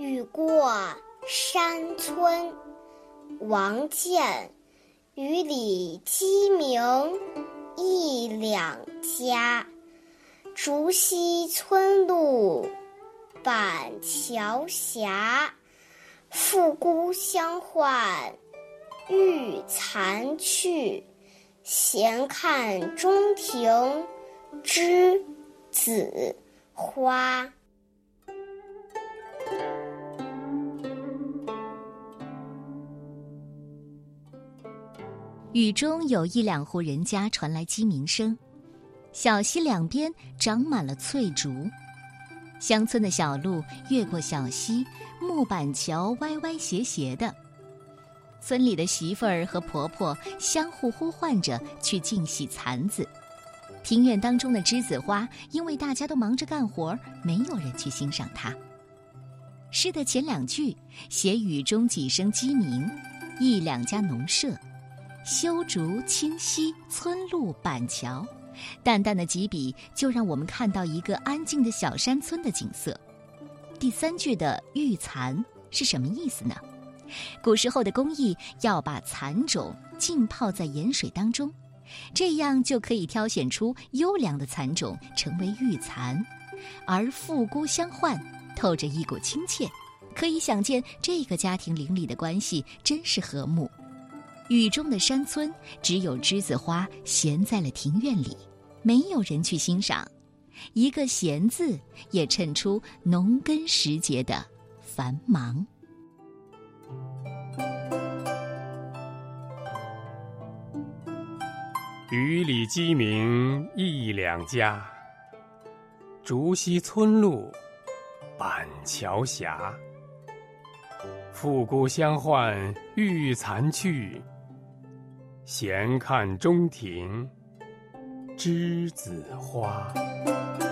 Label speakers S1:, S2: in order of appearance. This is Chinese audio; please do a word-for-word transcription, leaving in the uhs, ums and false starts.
S1: 雨过山村，王见雨里鸡鸣一两家。竹溪村路板桥斜，复姑相唤欲残去。闲看中庭栀子花。
S2: 雨中有一两户人家传来鸡鸣声，小溪两边长满了翠竹，乡村的小路越过小溪，木板桥歪歪斜斜的。村里的媳妇儿和婆婆相互呼唤着去净洗蚕子。庭院当中的栀子花，因为大家都忙着干活，没有人去欣赏它。诗的前两句写雨中几声鸡鸣，一两家农舍，修竹清溪，村路板桥，淡淡的几笔就让我们看到一个安静的小山村的景色。第三句的育蚕是什么意思呢？古时候的工艺要把蚕种浸泡在盐水当中，这样就可以挑选出优良的蚕种成为育蚕。而复姑相唤透着一股亲切，可以想见这个家庭邻里的关系真是和睦。雨中的山村只有栀子花闲在了庭院里，没有人去欣赏，一个闲字也衬出农耕时节的繁忙。
S3: 雨里鸡鸣一两家，竹溪村路板桥斜。复姑相唤欲残去，闲看中庭栀子花。